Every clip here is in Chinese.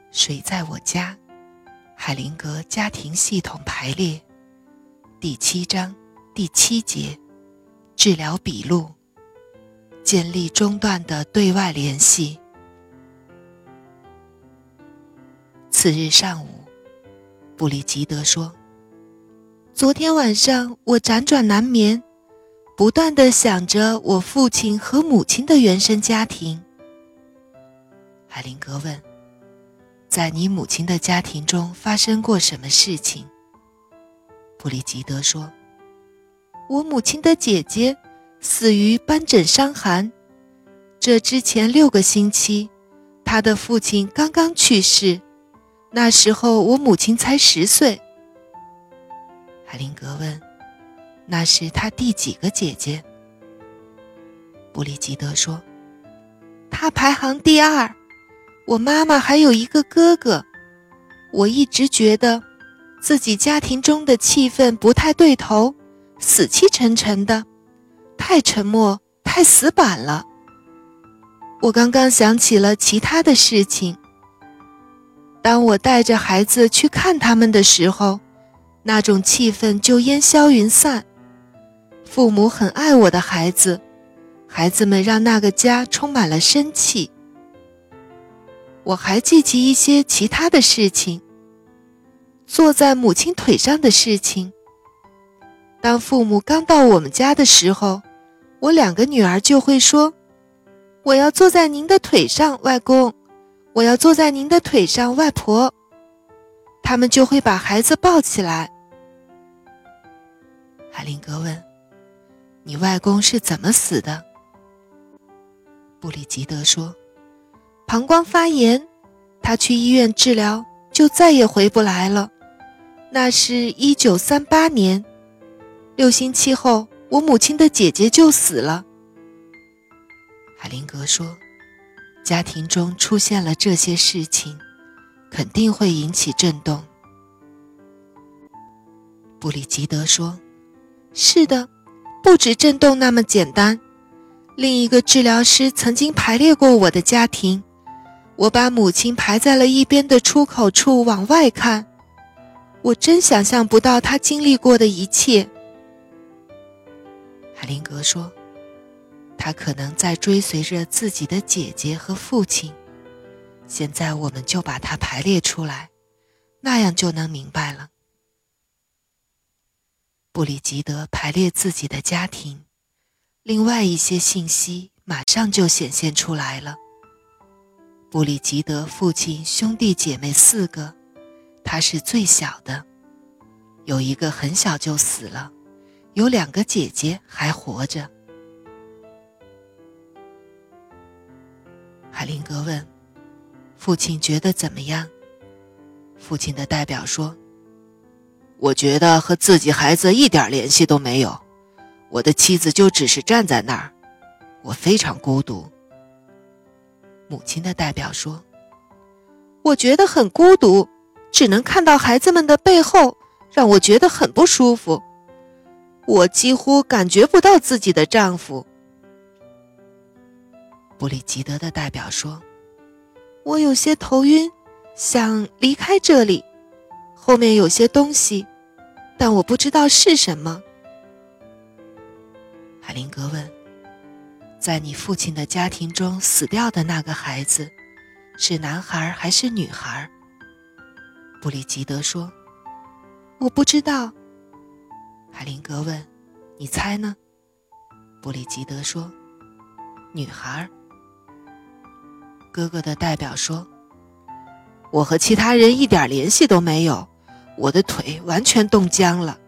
谁在我家？海灵格家庭系统排列，第7章第7节，治疗笔录，建立中断的对外联系。次日上午，布里吉德说，昨天晚上我辗转难眠，不断地想着我父亲和母亲的原生家庭。海灵格问，在你母亲的家庭中发生过什么事情？布里吉德说，我母亲的姐姐死于斑疹伤寒，这之前6个星期，她的父亲刚刚去世，那时候我母亲才10岁。海灵格问，那是她第几个姐姐？布里吉德说，她排行第2，我妈妈还有一个哥哥。我一直觉得自己家庭中的气氛不太对头，死气沉沉的，太沉默，太死板了。我刚刚想起了其他的事情。当我带着孩子去看他们的时候，那种气氛就烟消云散。父母很爱我的孩子，孩子们让那个家充满了生气。我还记起一些其他的事情，坐在母亲腿上的事情。当父母刚到我们家的时候，我2个女儿就会说，我要坐在您的腿上，外公，我要坐在您的腿上，外婆。他们就会把孩子抱起来。海灵格问，你外公是怎么死的？布里吉德说，膀胱发炎，他去医院治疗，就再也回不来了。那是1938年，6星期后，我母亲的姐姐就死了。海灵格说，家庭中出现了这些事情，肯定会引起震动。布里吉德说，是的，不止震动那么简单。另一个治疗师曾经排列过我的家庭，我把母亲排在了一边的出口处往外看，我真想象不到她经历过的一切。海灵格说，她可能在追随着自己的姐姐和父亲，现在我们就把它排列出来，那样就能明白了。布里吉德排列自己的家庭，另外一些信息马上就显现出来了。布里吉德父亲兄弟姐妹4个，他是最小的，有一个很小就死了，有2个姐姐还活着。海灵格问，父亲觉得怎么样？父亲的代表说，我觉得和自己孩子一点联系都没有，我的妻子就只是站在那儿，我非常孤独。母亲的代表说，我觉得很孤独，只能看到孩子们的背后，让我觉得很不舒服。我几乎感觉不到自己的丈夫。布里吉德的代表说，我有些头晕，想离开这里，后面有些东西，但我不知道是什么。海灵格问，在你父亲的家庭中死掉的那个孩子，是男孩还是女孩？布里吉德说，我不知道。海灵格问，你猜呢？布里吉德说，女孩。哥哥的代表说，我和其他人一点联系都没有，我的腿完全冻僵了。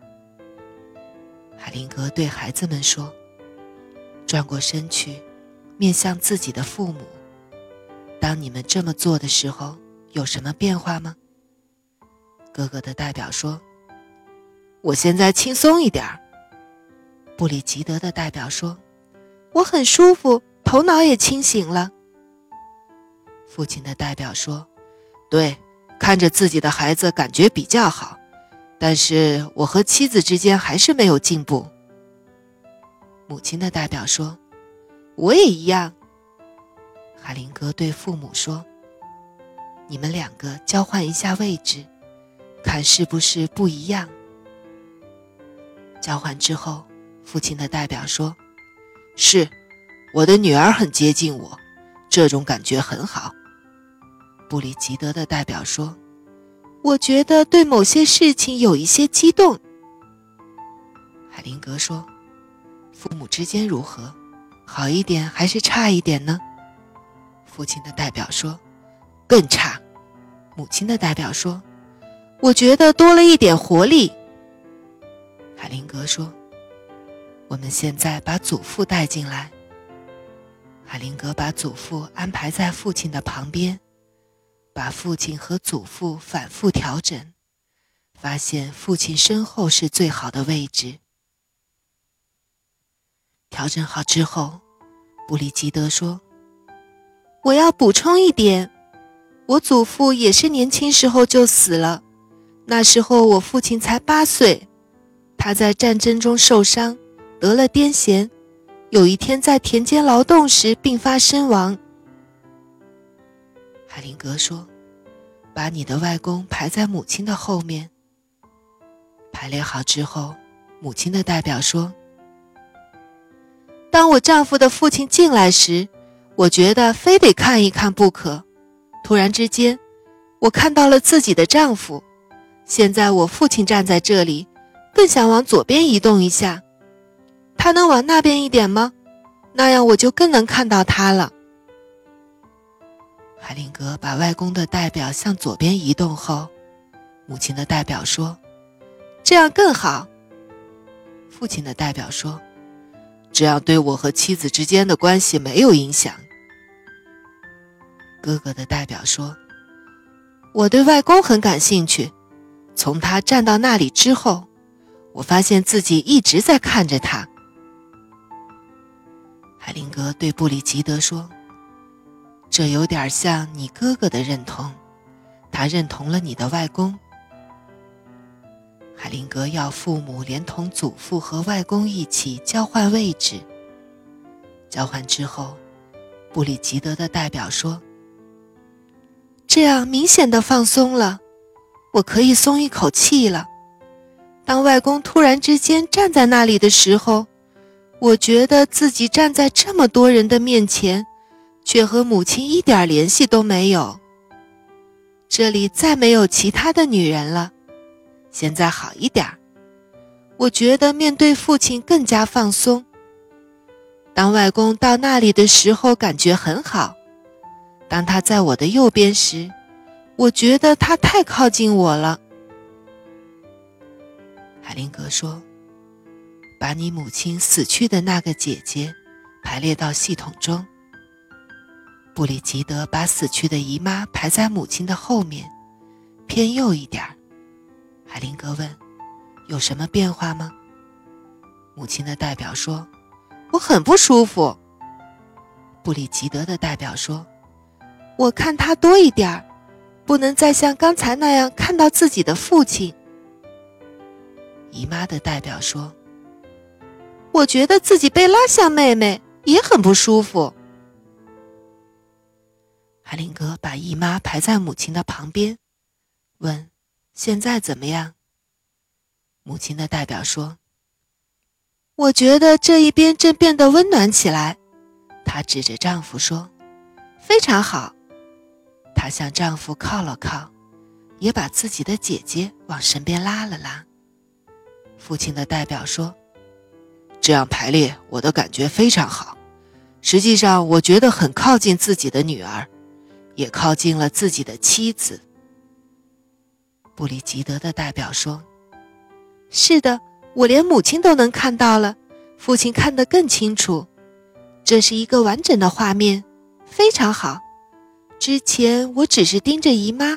海灵格对孩子们说，转过身去，面向自己的父母，当你们这么做的时候，有什么变化吗？哥哥的代表说，我现在轻松一点。布里吉德的代表说，我很舒服，头脑也清醒了。父亲的代表说，对，看着自己的孩子感觉比较好，但是我和妻子之间还是没有进步。母亲的代表说，我也一样。海灵格对父母说， 你们两个交换一下位置，看是不是不一样。交换之后，父亲的代表说，是，我的女儿很接近我，这种感觉很好。布里吉德的代表说，我觉得对某些事情有一些激动。海灵格说，父母之间如何？好一点还是差一点呢？父亲的代表说，更差。母亲的代表说，我觉得多了一点活力。海灵格说，我们现在把祖父带进来。海灵格把祖父安排在父亲的旁边，把父亲和祖父反复调整，发现父亲身后是最好的位置。调整好之后，布里吉德说，我要补充一点，我祖父也是年轻时候就死了，那时候我父亲才8岁，他在战争中受伤，得了癫痫，有一天在田间劳动时病发身亡。海灵格说，把你的外公排在母亲的后面。排列好之后，母亲的代表说，当我丈夫的父亲进来时，我觉得非得看一看不可。突然之间，我看到了自己的丈夫，现在我父亲站在这里，更想往左边移动一下。他能往那边一点吗？那样我就更能看到他了。海灵格把外公的代表向左边移动后，母亲的代表说，这样更好。父亲的代表说，这样对我和妻子之间的关系没有影响。哥哥的代表说，我对外公很感兴趣，从他站到那里之后，我发现自己一直在看着他。海灵格对布里吉德说，这有点像你哥哥的认同，他认同了你的外公。海灵格要父母连同祖父和外公一起交换位置。交换之后，布里吉德的代表说，这样明显地放松了，我可以松一口气了。当外公突然之间站在那里的时候，我觉得自己站在这么多人的面前，却和母亲一点联系都没有。这里再没有其他的女人了，现在好一点，我觉得面对父亲更加放松。当外公到那里的时候感觉很好，当他在我的右边时，我觉得他太靠近我了。海灵格说，把你母亲死去的那个姐姐排列到系统中。布里吉德把死去的姨妈排在母亲的后面，偏右一点。海灵格问，有什么变化吗？母亲的代表说，我很不舒服。布里吉德的代表说，我看他多一点，不能再像刚才那样看到自己的父亲。姨妈的代表说，我觉得自己被拉向妹妹，也很不舒服。海灵格把姨妈排在母亲的旁边，问，现在怎么样？母亲的代表说，我觉得这一边正变得温暖起来。她指着丈夫说，非常好。她向丈夫靠了靠，也把自己的姐姐往身边拉了拉。父亲的代表说，这样排列我的感觉非常好，实际上我觉得很靠近自己的女儿，也靠近了自己的妻子。布里吉德的代表说，是的，我连母亲都能看到了，父亲看得更清楚，这是一个完整的画面，非常好。之前我只是盯着姨妈。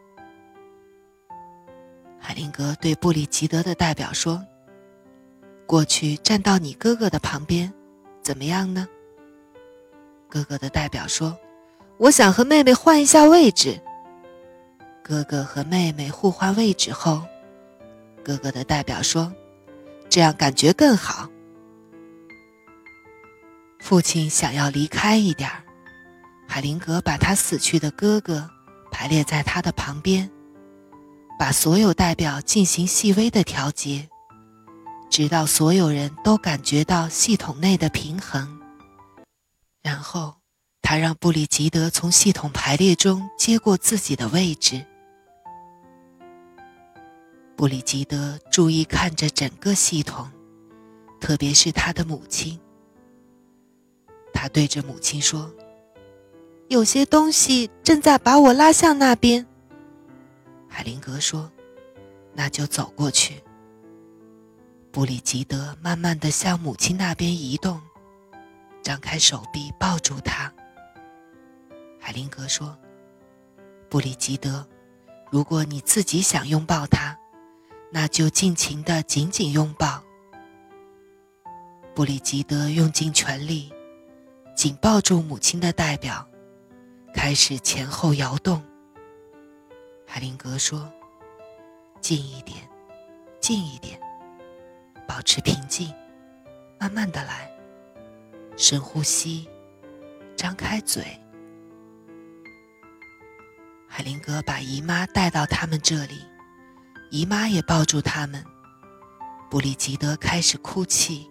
海灵格对布里吉德的代表说，过去站到你哥哥的旁边，怎么样呢？哥哥的代表说，我想和妹妹换一下位置。哥哥和妹妹互换位置后，哥哥的代表说，这样感觉更好。父亲想要离开一点，海灵格把他死去的哥哥排列在他的旁边，把所有代表进行细微的调节，直到所有人都感觉到系统内的平衡。然后他让布里吉德从系统排列中接过自己的位置。布里吉德注意看着整个系统，特别是他的母亲。他对着母亲说：有些东西正在把我拉向那边。海灵格说：那就走过去。布里吉德慢慢地向母亲那边移动，张开手臂抱住她。海灵格说：布里吉德，如果你自己想拥抱她，那就尽情地紧紧拥抱。布里吉德用尽全力紧抱住母亲的代表，开始前后摇动。海灵格说：近一点，近一点，保持平静，慢慢地来，深呼吸，张开嘴。海灵格把姨妈带到他们这里，姨妈也抱住他们。布里吉德开始哭泣。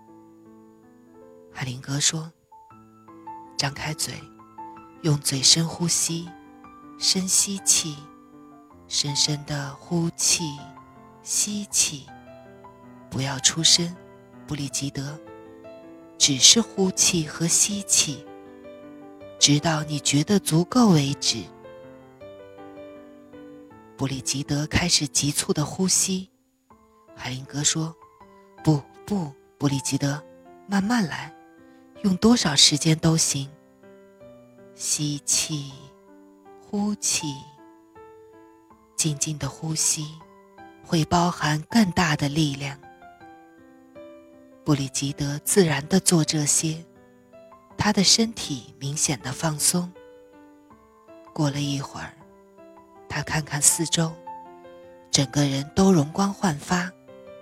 海灵格说：张开嘴，用嘴深呼吸，深吸气，深深地呼气，吸气，不要出声，布里吉德，只是呼气和吸气，直到你觉得足够为止。布里吉德开始急促地呼吸。海灵格说：不，布里吉德，慢慢来，用多少时间都行。吸气，呼气，静静的呼吸会包含更大的力量。布里吉德自然地做这些，他的身体明显地放松。过了一会儿，他看看四周，整个人都容光焕发。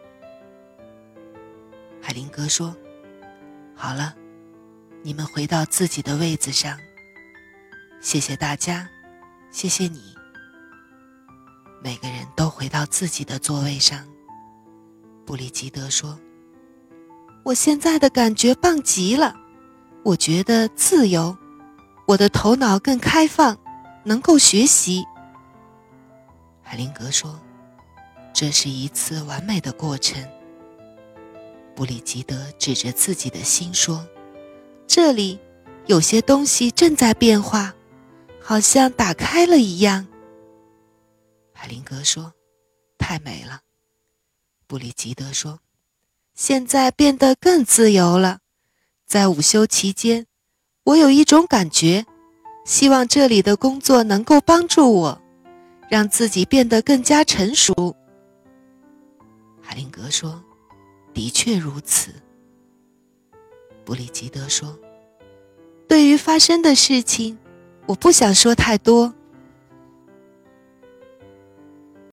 海灵格说：好了，你们回到自己的位子上。谢谢大家，谢谢你。每个人都回到自己的座位上。布里吉德说：我现在的感觉棒极了，我觉得自由，我的头脑更开放，能够学习。海灵格说：这是一次完美的过程。布里吉德指着自己的心说：这里有些东西正在变化，好像打开了一样。海灵格说：太美了。布里吉德说：现在变得更自由了。在午休期间，我有一种感觉，希望这里的工作能够帮助我，让自己变得更加成熟。海灵格说：的确如此。布里吉德说：对于发生的事情，我不想说太多，